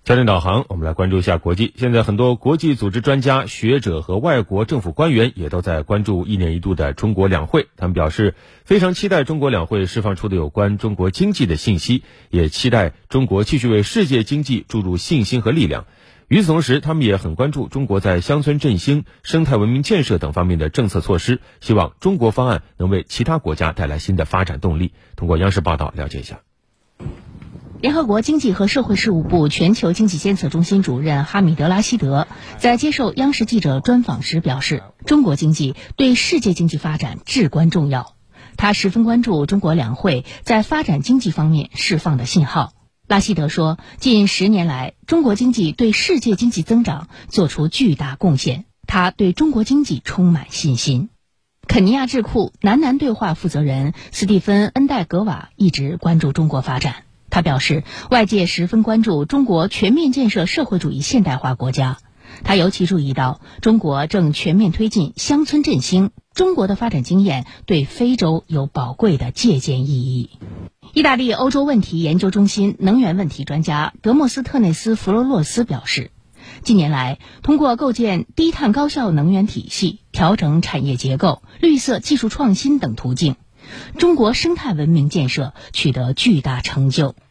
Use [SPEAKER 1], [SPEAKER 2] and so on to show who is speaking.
[SPEAKER 1] 焦点导航，我们来关注一下国际。现在很多国际组织专家、学者和外国政府官员也都在关注一年一度的中国两会。他们表示非常期待中国两会释放出的有关中国经济的信息，也期待中国继续为世界经济注入信心和力量。与此同时，他们也很关注中国在乡村振兴、生态文明建设等方面的政策措施，希望中国方案能为其他国家带来新的发展动力。通过央视报道了解一下。
[SPEAKER 2] 联合国经济和社会事务部全球经济监测中心主任哈米德拉希德在接受央视记者专访时表示，中国经济对世界经济发展至关重要。他十分关注中国两会在发展经济方面释放的信号。拉希德说，近10年来，中国经济对世界经济增长做出巨大贡献，他对中国经济充满信心。肯尼亚智库南南对话负责人斯蒂芬·恩戴格瓦一直关注中国发展。他表示，外界十分关注中国全面建设社会主义现代化国家。他尤其注意到，中国正全面推进乡村振兴，中国的发展经验对非洲有宝贵的借鉴意义。意大利欧洲问题研究中心能源问题专家德莫斯特内斯·弗罗洛斯表示，近年来，通过构建低碳高效能源体系、调整产业结构、绿色技术创新等途径，中国生态文明建设取得巨大成就。